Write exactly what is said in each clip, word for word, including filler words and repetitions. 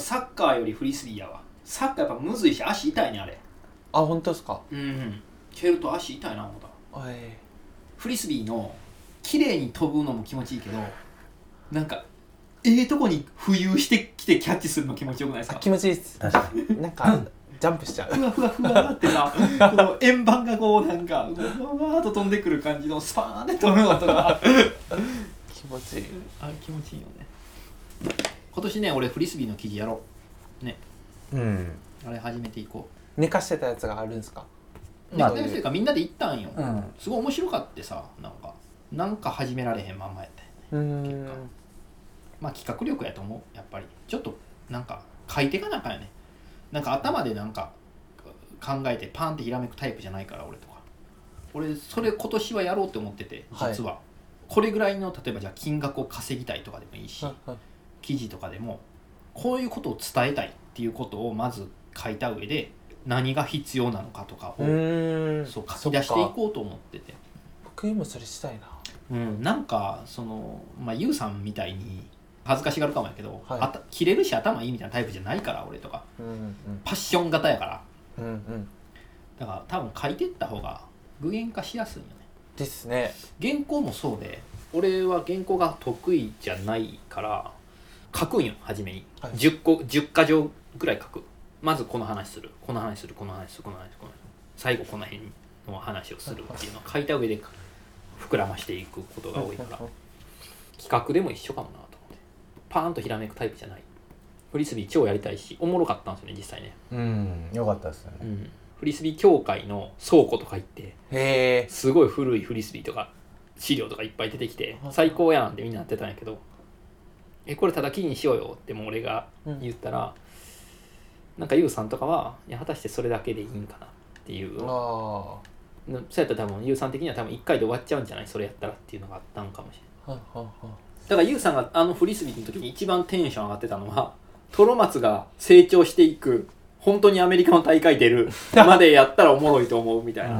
サッカーよりフリスビーやわ。サッカーやっぱむずいし足痛いねあれ。 あ、本当ですか。 うん、蹴ると足痛いな思った。 はい。 フリスビーの綺麗に飛ぶのも気持ちいいけど、なんかええとこに浮遊してきてキャッチするの気持ちよくないですか？ 気持ちいいです。確かに。なんかジャンプしちゃう。 ふわふわふわってさ、この円盤がこうなんかふわふわっと飛んでくる感じのスパーンって飛ぶのとか気持ちいい。 あれ気持ちいいよね。今年ね俺フリスビーの記事やろうね。 うん。 あれ始めていこう。寝かしてたやつがあるんですか？ まあ先生がみんなで行ったんよ、 うん、 すごい面白かってさ、なんかなんか始められへんまんまやったよね。 うん、 まあ企画力やと思う。やっぱりちょっとなんか書いていかなあかんよね。なんか頭でなんか考えてパンってひらめくタイプじゃないから俺とか。俺それ今年はやろうって思ってて、実は、はい、これぐらいの例えばじゃあ金額を稼ぎたいとかでもいいし、はいはい、記事とかでもこういうことを伝えたいっていうことをまず書いた上で何が必要なのかとかをそう書き出していこうと思ってて。 僕もそれしたいな。 うん、なんかそのまあユウさんみたいに恥ずかしがるかもやけど、はい、あた切れるし頭いいみたいなタイプじゃないから俺とか、うんうん、パッション型やから、うんうん、だから多分書いていった方が具現化しやすいよね。 ですね。 原稿もそうで、俺は原稿が得意じゃないから書くんよ初めに、はい、じゅっこじゅっかじょうぐらい書く。まずこの話するこの話するこの話するこの話するこの話する最後この辺の話をするっていうのを書いた上で膨らましていくことが多いから企画でも一緒かもなと思って。パーンとひらめくタイプじゃない。フリスビー超やりたいしおもろかったんですよね実際ね。 うんよかったですよね、 うん、フリスビー協会の倉庫とか行ってへーすごい古いフリスビーとか資料とかいっぱい出てきて最高やんってみんなやってたんやけど、えこれただ記事にしようよってもう俺が言ったら、うん、なんかユウさんとかはいや果たしてそれだけでいいんかなっていう。あそうやったら多分ユウさん的には多分いっかいで終わっちゃうんじゃないそれやったらっていうのがあったんかもしれない。はははだからユウさんがあのフリスビーの時に一番テンション上がってたのはトロマツが成長していく本当にアメリカの大会出るまでやったらおもろいと思うみたいな。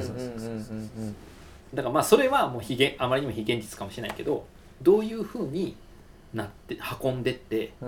だからまあそれはもう非現あまりにも非現実かもしれないけどどういう風になって運んでって、うんうん、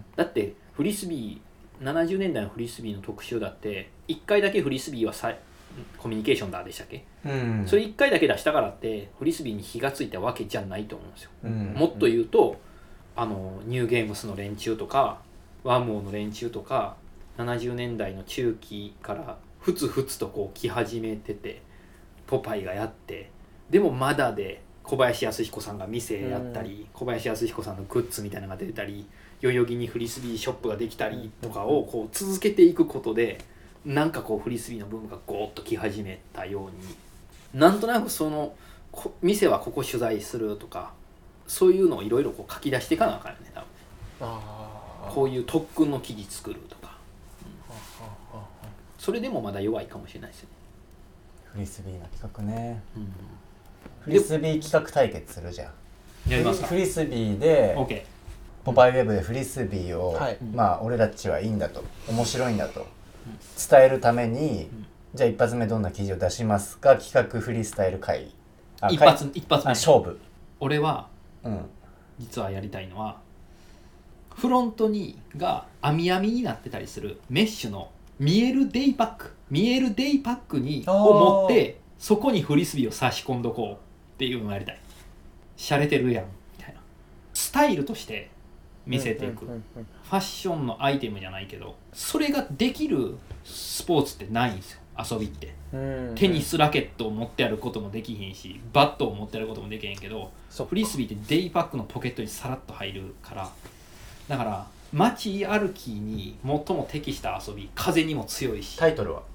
だってフリスビーななじゅうねんだいのフリスビーの特集だっていっかいだけフリスビーはさコミュニケーションだでしたっけ、うん、それいっかいだけ出したからってフリスビーに火がついたわけじゃないと思うんですよ、うん、もっと言うとあのニューゲームスの連中とかワムオの連中とかななじゅうねんだいの中期からふつふつとこう来始めててポパイがやってでもまだで小林康彦さんが店やったり、うん、小林康彦さんのグッズみたいなのが出たり代々木にフリスビーショップができたりとかをこう続けていくことでなんかこうフリスビーのブームがゴーッと来始めたようになんとなくその店はここ取材するとかそういうのをいろいろ書き出していかなあかんよね多分。あこういう特訓の記事作るとか、うん、それでもまだ弱いかもしれないですよね。 フリスビーの企画ね、うん、フリスビー企画対決するじゃん。 やりますか。 フリスビーで、 OK、 ポパイウェブでフリスビーを、はい、まあ俺たちはいいんだと面白いんだと伝えるために、うん、じゃあ一発目どんな記事を出しますか企画フリースタイル会一発一発目勝負。俺は、うん、実はやりたいのはフロントにが網網になってたりするメッシュの見えるデイパック見えるデイパックにを持ってそこにフリスビーを差し込んどこうっていうのをやりたい。しゃれてるやんみたいなスタイルとして見せていく、うんうんうんうん、ファッションのアイテムじゃないけどそれができるスポーツってないんですよ遊びって、うんうん、テニスラケットを持ってやることもできへんしバットを持ってやることもできへんけどフリスビーってデイパックのポケットにさらっと入るからだから街歩きに最も適した遊び風にも強いし。 タイトルは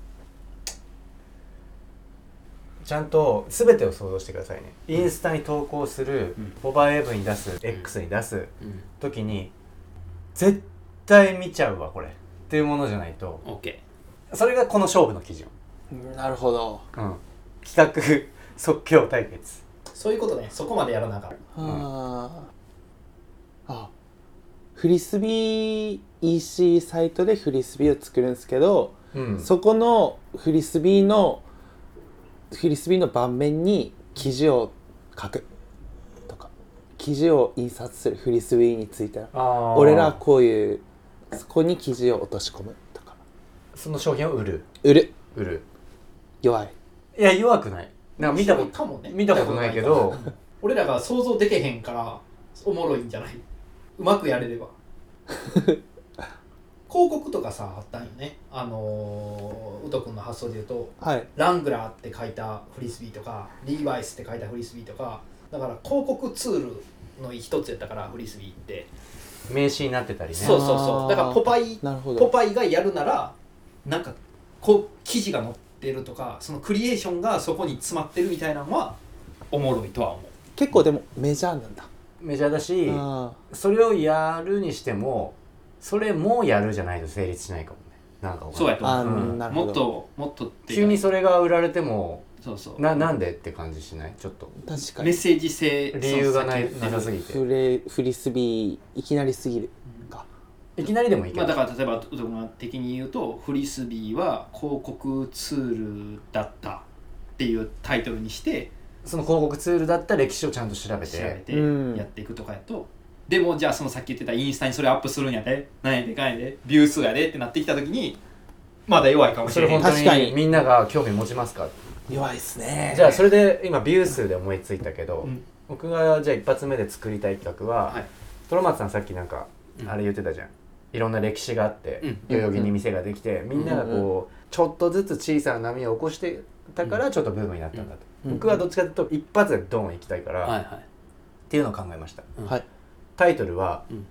ちゃんと全てを想像してくださいね、うん、インスタに投稿する、うん、モバイルウェブに出す、うん、X に出す、うん、時に絶対見ちゃうわこれっていうものじゃないと OK。 それがこの勝負の基準。なるほど、うん、企画即興対決そういうことね。そこまでやらなあかん。はあ、あフリスビー イーシー サイトでフリスビーを作るんですけど、うん、そこのフリスビーのフリスビーの盤面に記事を書くとか記事を印刷するフリスビーについては俺らはこういうそこに生地を落とし込むとか。 その商品を売る売る売る弱い。 いや弱くない。なんか見たことかもね見たことないけど俺らが想像できへんからおもろいんじゃない。うまくやれれば広告とかさあったんよね。あのー、ウト君の発想で言うと、 はい、 ラングラーって書いたフリスビーとかリーバイスって書いたフリスビーとか、だから広告ツールの一つやったからフリスビーって名刺になってたりね。 そうそうそう。だからポパイポパイがやるならなんかこう記事が載ってるとか、そのクリエーションがそこに詰まってるみたいなのはおもろいとは思う。 結構でもメジャーなんだ。 メジャーだし、それをやるにしてもそれもやるじゃないと成立しないかもね。なんかそうやと思う、 うん、 もっともっとって急にそれが売られてもそうそうな, なんでって感じしない。ちょっと確かにメッセージ性理由がないなさすぎてフレフリスビーいきなりすぎるか、 うん、いきなりでもいいけど、 まあ、だから例えば的に言うとフリスビーは広告ツールだったっていうタイトルにしてその広告ツールだった歴史をちゃんと調べて調べてやっていくとかやと、うん、でもじゃあそのさっき言ってたインスタにそれアップするんやで何やでかんやでビュー数やでってなってきた時にまだ弱いかもしれない。 それ本当にみんなが興味持ちますか。 弱いですね。 じゃあそれで今ビュー数で思いついたけど、うん、僕がじゃあ一発目で作りたい企画は、はい、トロマツさんさっきなんか、うん、あれ言ってたじゃん。いろんな歴史があって、うん、代々木に店ができて、うん、みんながこう、うん、ちょっとずつ小さな波を起こしてたからちょっとブームになったんだと、うん、僕はどっちかというと一発でドーン行きたいから、うん、っていうのを考えました、うん、タイトルは、うん、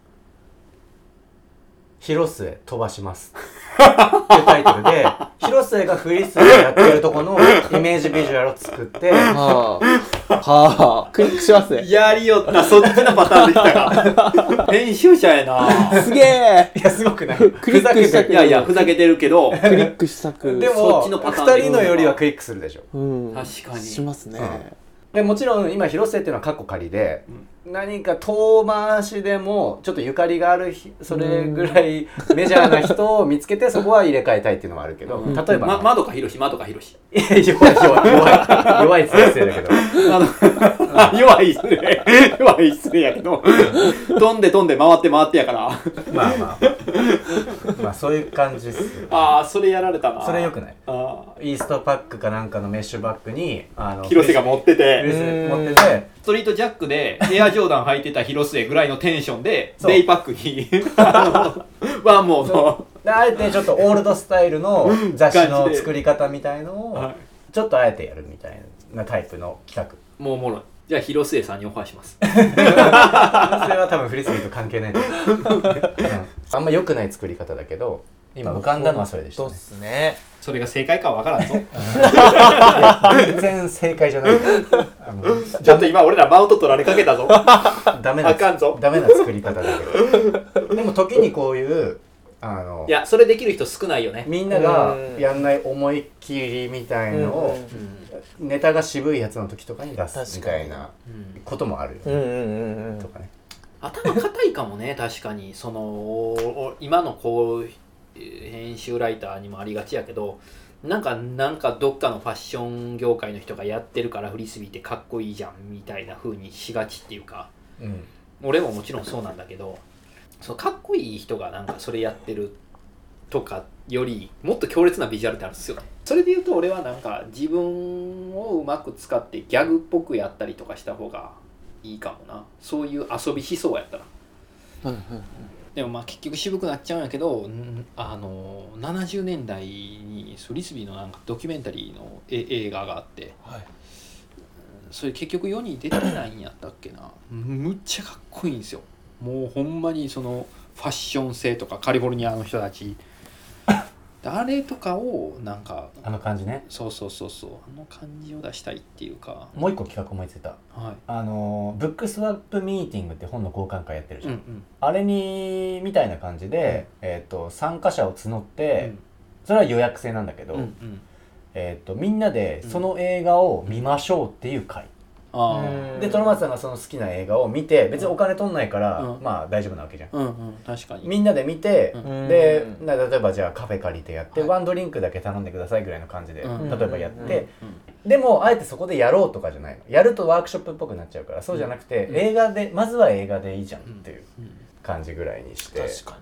広末飛ばしますっていうタイトルで広末がフリスビーやってるとこのイメージビジュアルを作ってはあ、はあ、クリックしますね。 やりよったそっちのパターンできたか編集者やなすげえ。 いやすごくないクリックしたくいやいやふざけてるけどクリックしたくでもそっちのパターンふたりのよりはクリックするでしょ、 うん、 確かにしますね、 うんでもちろん今広末っていうのはカッコ仮で、うん、何か遠回しでもちょっとゆかりがあるそれぐらいメジャーな人を見つけてそこは入れ替えたいっていうのはあるけど、うん、例えば、 ま、窓かひろし窓かひろしいや弱い弱い弱い弱い先生だけどあの弱い失礼弱い失礼やけど飛んで飛んで回って回ってやからまあまあまあそういう感じっす。 ああそれやられたな。 それよくない。あイーストパックかなんかのメッシュバッグにあの広瀬が持ってて持っててストリートジャックでエアジョーダン履いてた広末ぐらいのテンションでデイパックにワンモーのあえてちょっとオールドスタイルの雑誌の作り方みたいのをちょっとあえてやるみたいなタイプの企画。 もうおもろい。じゃあ広末さんにオファーしますそれは多分フリスビーと関係ないと思う、うん、あんま良くない作り方だけど今浮かんだのはそれでしたね。 そうっすね。 それが正解かは分からんぞ全然正解じゃないあのちょっと今俺らマウント取られかけたぞダメなあかんぞダメな作り方だけどでも時にこういうあのいやそれできる人少ないよね。 みんながやんない思いっきりみたいのをネタが渋いやつの時とかに出すみたいなこともあるよね、うんうんうん、とかね。 頭固いかもね確かにその今のこう編集ライターにもありがちやけどなんかなんかどっかのファッション業界の人がやってるからフリスビーってかっこいいじゃんみたいな風にしがちっていうか、うん、俺ももちろんそうなんだけどそのかっこいい人がなんかそれやってるとかよりもっと強烈なビジュアルってあるんですよね。それで言うと俺はなんか自分をうまく使ってギャグっぽくやったりとかした方がいいかもな。そういう遊びしそうやったら、うんうんうん、でもまあ結局渋くなっちゃうんやけどあのななじゅうねんだいにフリスビーのなんかドキュメンタリーの映画があって、はい、それ結局世に出てないんやったっけなむっちゃかっこいいんですよ。もうほんまにそのファッション性とかカリフォルニアの人たちあれとかをなんかあの感じね。 そうそうそうそうあの感じを出したいっていうか。 もう一個企画思いついた、はい、あのブックスワップミーティングって本の交換会やってるじゃん、うんうん、あれにみたいな感じで、うんえー、と参加者を募って、うん、それは予約制なんだけど、うんうんえー、とみんなでその映画を見ましょうっていう会、うんあでトロマツさんがその好きな映画を見て別にお金取んないから、うん、まあ大丈夫なわけじゃん、うんうん、 確かにみんなで見て、うん、で例えばじゃあカフェ借りてやって、はい、ワンドリンクだけ頼んでくださいぐらいの感じで、うん、例えばやって、うん、でもあえてそこでやろうとかじゃないのやるとワークショップっぽくなっちゃうからそうじゃなくて、うん、映画でまずは映画でいいじゃんっていう感じぐらいにして、 確か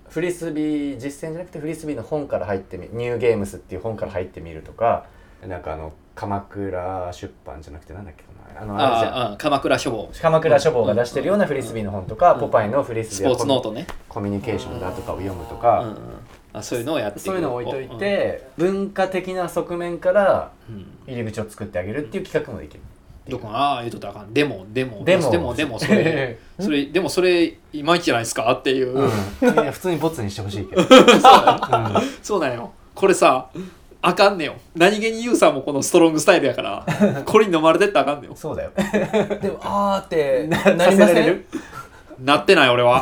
フリスビー実践じゃなくてフリスビーの本から入ってみニューゲームスっていう本から入ってみるとか、なんかあの鎌倉出版じゃなくてなんだっけなあのあれじゃん、 ああ鎌倉書房鎌倉書房が出してるようなフリスビーの本とか、うん、ポパイのフリスビースポーツノートねコミュニケーションだとかを読むとか、うんうん、 あそういうのをやってそういうのを置いといて、うん、文化的な側面から入り口を作ってあげるっていう企画もできる。 どこああ言うとったらあかんでもでもでもでもでもそれそれでもそれいまいちじゃないですかっていう、うん、 いや普通にボツにしてほしいけどそうだよこれさあかんねよ何気にユウさんもこのストロングスタイルやからこれに飲まれてったらあかんねよ。 そうだよでもあーってなりません？ なってない俺は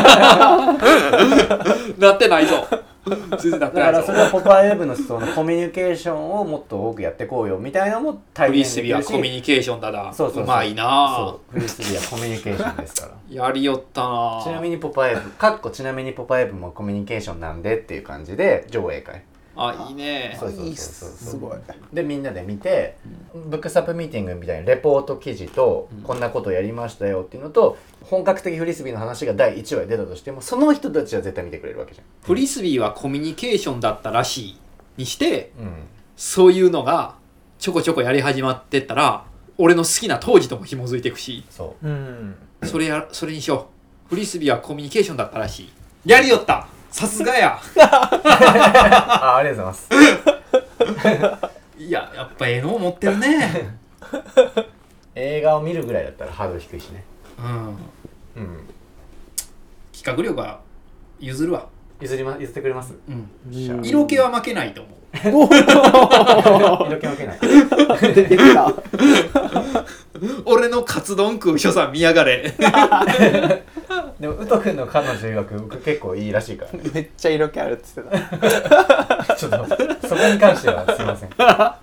なってないぞ全然なってないぞ。 だからそれはポパイウェブのそのコミュニケーションをもっと多くやっていこうよみたいなのも体現できるし、フリスビーはコミュニケーションだだそうそうそううまいなそうフリスビーはコミュニケーションですからやりよったな。 ちなみにポパイウェブかっこちなみにポパイウェブもコミュニケーションなんでっていう感じで上映会あいいねそうそうそうそうすごいでみんなで見て、うん、ブックサップミーティングみたいなレポート記事と、うん、こんなことやりましたよっていうのと本格的フリスビーの話がだいいちわに出たとしてもその人たちは絶対見てくれるわけじゃん。 フリスビーはコミュニケーションだったらしいにして、うん、そういうのがちょこちょこやり始まってったら俺の好きな当時とも紐づいていくしそう、うん、 それやそれにしよう。フリスビーはコミュニケーションだったらしい。やりよったさすがやあ, ありがとうございますいややっぱええのを持ってるね映画を見るぐらいだったらハードル低いしね。うん、うん、 企画力は譲るわ譲り、ま、譲ってくれます、うん、 色気は負けないと思う色気負けない出てきた俺のカツ丼食う所さん見やがれでもウト君の彼女曰く結構いいらしいから、ね、 めっちゃ色気あるって言ってたちょっとそこに関してはすいません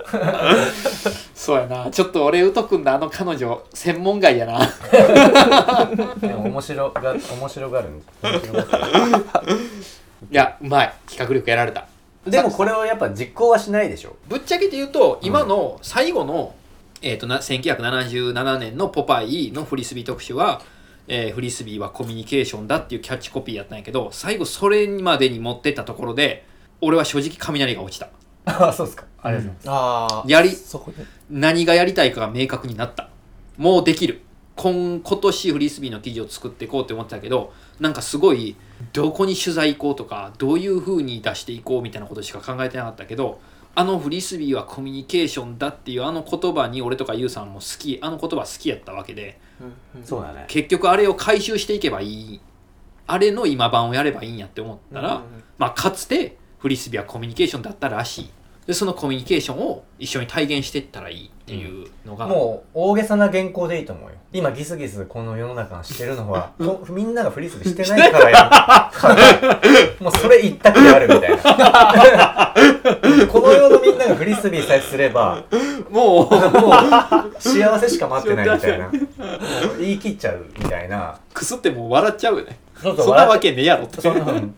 そうやなちょっと俺ウト君のあの彼女専門外やなでも面白が面白がるんですいやうまい企画力やられた。 でもこれをやっぱ実行はしないでしょ。 ぶっちゃけて言うと今の最後の、うんえー、となせんきゅうひゃくななじゅうななねんのポパイのフリスビー特集は、えー、フリスビーはコミュニケーションだっていうキャッチコピーやったんやけど最後それまでに持ってったところで俺は正直雷が落ちた。 ああそうですか。ありがとうございます、 うん、やりそこで何がやりたいかが明確になった。もうできる 今, 今年フリスビーの記事を作っていこうって思ってたけどなんかすごいどこに取材行こうとかどういう風に出していこうみたいなことしか考えてなかったけどあのフリスビーはコミュニケーションだっていうあの言葉に俺とかユウさんも好きあの言葉好きやったわけで、 うんうん、そうだね。 結局あれを回収していけばいいあれの今版をやればいいんやって思ったら、うんうん、まあかつてフリスビーはコミュニケーションだったらしい。でそのコミュニケーションを一緒に体現していったらいいっていうのが、 うん、もう大げさな原稿でいいと思うよ。今ギスギスこの世の中がしてるのはみんながフリスビーしてないからやもうそれ一択であるみたいなこの世のみんながフリスビーさえすればもうもう幸せしか待ってないみたいなもう言い切っちゃうみたいなくすってもう笑っちゃうよね。そうそうそんなわけねえやろって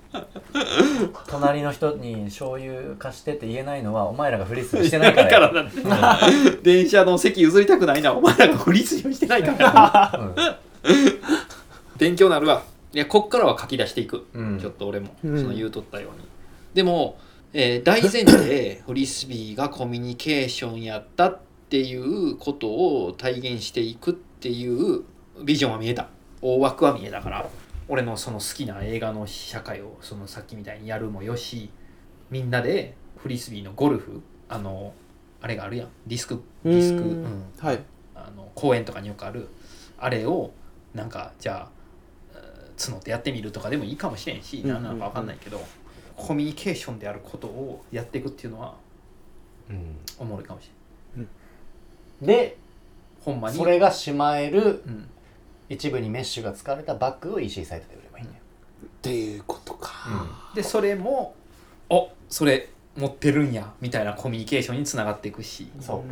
隣の人に醤油貸してって言えないのはお前らがフリスビーしてないからだから電車の席譲りたくないのはお前らがフリスビーしてないからうん、勉強なるわ。いやこっからは書き出していく、うん、ちょっと俺もその言うとったように、うん、でも、えー、大前提フリスビーがコミュニケーションやったっていうことを体現していくっていうビジョンは見えた。大枠は見えたから俺のその好きな映画の社会をそのさっきみたいにやるもよしみんなでフリスビーのゴルフあのあれがあるやんディスクディスク、うんはい、あの公園とかによくあるあれをなんかじゃあ募ってやってみるとかでもいいかもしれんし、うんうんうん、何なのか分かんないけどコミュニケーションであることをやっていくっていうのは、うん、おもろいかもしれん、 うん、でほんまにそれがしまえる、うん一部にメッシュが使われたバッグを イーシー サイトで売ればいいんだよ、 うん、っていうことか、 うん、でそれもおそれ持ってるんやみたいなコミュニケーションにつながっていくしそう、 うん、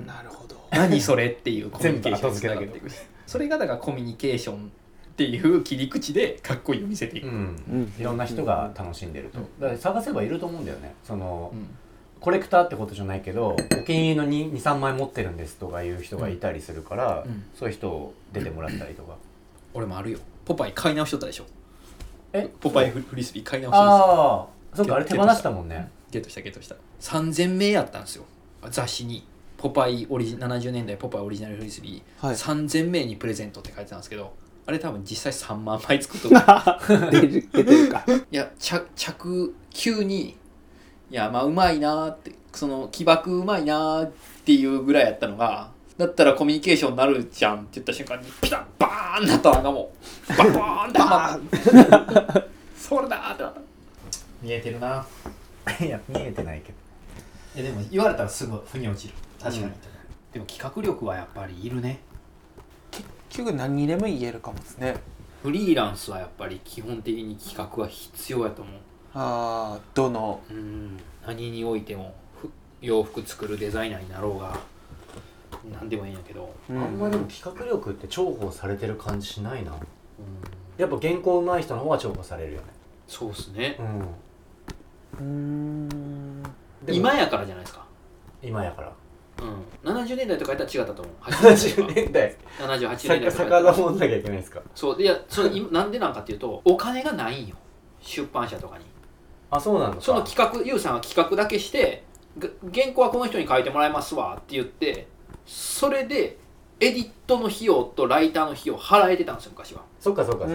なるほど何それっていうコミュニケーションにつながっていくしそれがだからコミュニケーションっていう切り口でかっこいいを見せていく、うん、 いろんな人が楽しんでると、うん、だから探せばいると思うんだよねその、うんコレクターってことじゃないけどお気に入りの にさんまい持ってるんですとかいう人がいたりするから、うん、そういう人を出てもらったりとか俺もあるよポパイ買い直しとったでしょえポパイフリスビー買い直しです。 ああそっかあれ手放したもんね。 ゲットしたゲットしたさんぜんめいやったんですよ雑誌に。ポパイオリジななじゅうねんだいポパイオリジナルフリスビー、はい、さんぜんめいにプレゼントって書いてたんですけど、あれ多分実際さんまんまい作っとる出る出てるかいや着着急にいやまあうまいなーってその起爆うまいなーっていうぐらいやったのが、だったらコミュニケーションになるじゃんって言った瞬間にピタッバーンなったのがもうババーンってはまったそれだーってなった。見えてるな。 いや見えてないけど、 いやでも言われたらすぐ腑に落ちる。確かに、うん、でも企画力はやっぱりいるね。 結局何にでも言えるかもですね。 フリーランスはやっぱり基本的に企画は必要やと思う。 ああどのうん何においても洋服作るデザイナーになろうが何でもいいんやけど、 うん、あんまりでも企画力って重宝されてる感じしないな、うん、やっぱ原稿上手い人の方が重宝されるよね。 そうっすね、 うんうーん今やからじゃないですか。 今やから、 うん、ななじゅうねんだいとかやったら違ったと思う。 はちじゅうねんだいななじゅうはちねんだいとか遡んなきゃいけないですか。 そうでいやそれなんでなんかっていうとお金がないんよ出版社とかに。 あそうなのか。 その企画ユウさんは企画だけして原稿はこの人に書いてもらいますわって言ってそれでエディットの費用とライターの費用払えてたんですよ昔は。 そっかそっかそっか、うん、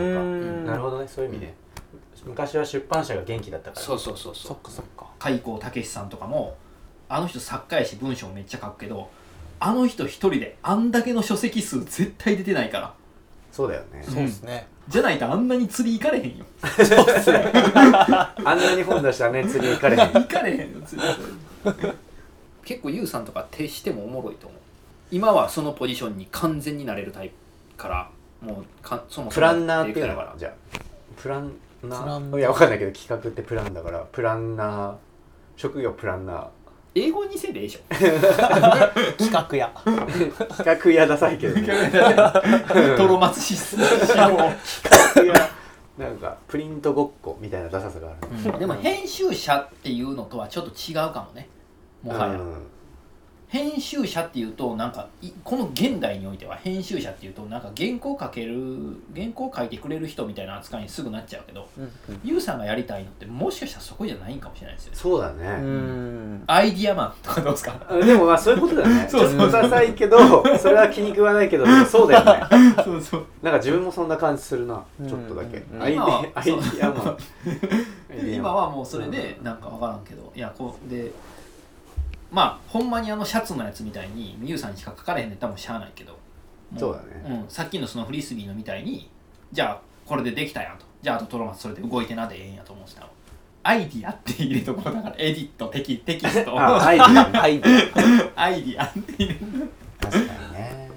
なるほどねそういう意味ね。昔は出版社が元気だったから。 そうそうそうそう。 そっかそっか。 開口武さんとかもあの人作家やし文章めっちゃ書くけどあの人一人であんだけの書籍数絶対出てないから。 そうだよね。 そうですね。 じゃないとあんなに釣り行かれへんよ。 そうですね。あんなに本出したらね釣り行かれへん。 行かれへんよ釣り。結構ユウさんとか手してもおもろいと思う。今はそのポジションに完全になれるタイプからもうかそもそもプランナーっていうのかな。じゃあプランナーいや分かんないけど企画ってプランだからプランナー職業プランナー英語にせんでいいでしょ。 企画屋企画屋ダサいけどね。 トロマツシス企画屋なんかプリントごっこみたいなダサさがある、 うん、でも編集者っていうのとはちょっと違うかもねもはや、うん、編集者っていうとなんかこの現代においては編集者っていうとなんか原稿書ける原稿書いてくれる人みたいな扱いにすぐなっちゃうけど、うんうん、ユウさんがやりたいのってもしかしたらそこじゃないんかもしれないですよね。 そうだね。 うんアイディアマンとかどうですか。 でもまあそういうことだね。そうそうダサいけどそれは気に食わないけどそうだよね。そうそうなんか自分もそんな感じするなちょっとだけ。アイディアマン今はもうそれでなんか分からんけどいやこうでまあほんまにあのシャツのやつみたいにユウさんにしか書かれへんねったらもうしゃあないけどそうだね、 うん、さっきのそのフリスビーのみたいにじゃあこれでできたやんとじゃああとトロマツそれで動いてなでええんやと思うんですよ。アイディアって入れとこうだからエディットテキテキストアイディアアイディアアイディアって入れる。 確かにね。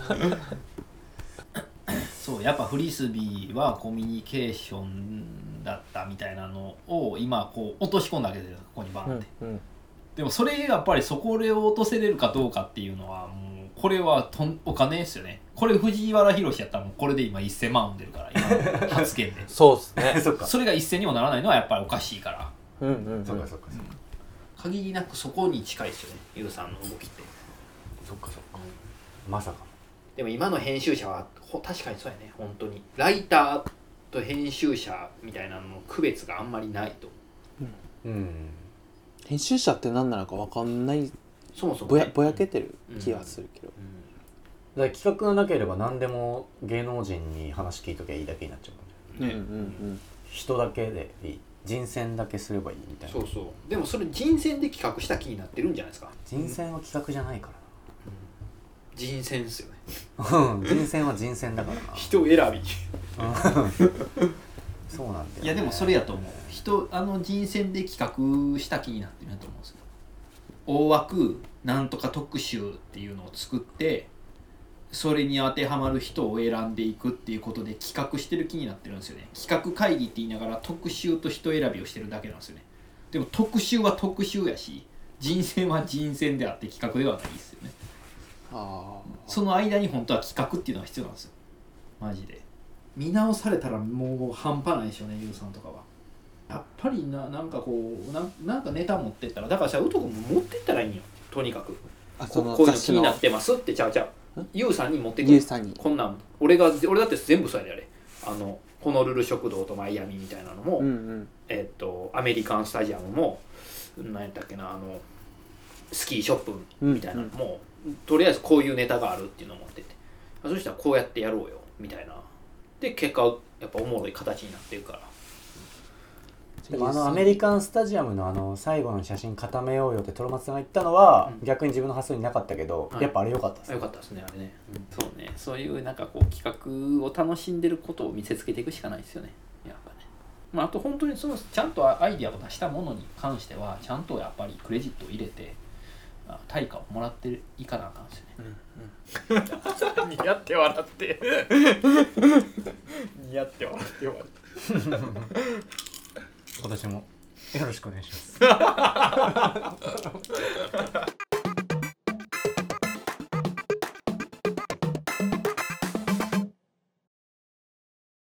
そうやっぱフリスビーはコミュニケーションだったみたいなのを今こう落とし込んだわけですよここにバンって、うんうん、でもそれやっぱりそこを落とせれるかどうかっていうのはもうこれはとんお金ですよね。これ藤原宏やったらもうこれで今せんまん生んでるから今発言でそうですねそ, それが一銭にもならないのはやっぱりおかしいから、 うんうん、うん、そっかそっかそっか、 うん、限りなくそこに近いですよねユウさんの動きって。 そっかそっか、うん、まさか。 でも今の編集者は確かにそうやね本当にライターと編集者みたいなのの区別があんまりないと、 うんうん、編集者って何なのか分かんないそもそも、 ね、ぼや、ぼやけてる気がするけど、うんうん、だから企画がなければ何でも芸能人に話聞いときゃいいだけになっちゃうかもしれない、ねうんうんうん、人だけでいい人選だけすればいいみたいな。 そうそうでもそれ人選で企画した気になってるんじゃないですか。 人選は企画じゃないからな、 うん、人選っすよね人選は人選だからな人選びそうなんだよ、ね、 いやでもそれやと思う。人あの人選で企画した気になってるなと思うんですよ。大枠なんとか特集っていうのを作ってそれに当てはまる人を選んでいくっていうことで企画してる気になってるんですよね。企画会議って言いながら特集と人選びをしてるだけなんですよね。でも特集は特集やし人選は人選であって企画ではないですよね。あその間に本当は企画っていうのが必要なんですよマジで。見直されたらもう半端ないでしょうねユウさんとかは。やっぱりな、なんかこう な, なんかネタ持ってったらだからさウト君も持ってったらいいんよとにかく。あそのこういうの気になってますってちゃうちゃうユウさんに持ってくる。こんなん俺が俺だって全部そうやであれあのホノルル食堂とマイアミみたいなのも、うんうん、えっとアメリカンスタジアムも何やったっけなあのスキーショップみたいなのも、うんうん、とりあえずこういうネタがあるっていうのを持ってて、そしたらこうやってやろうよみたいなで結果やっぱおもろい形になってるから。 でもあのアメリカンスタジアムのあの最後の写真固めようよってトロマツさんが言ったのは、うん、逆に自分の発想になかったけど、はい、やっぱあれ良かったですね。 良かったですねあれね、うん、そうね、そういうなんかこう企画を楽しんでることを見せつけていくしかないですよねやっぱね。まあ、あと本当にそのちゃんとアイディアを出したものに関してはちゃんとやっぱりクレジットを入れて対価をもらっていかなあかんですよね、うんうん、似合って笑って似合って笑って笑って今年もよろしくお願いします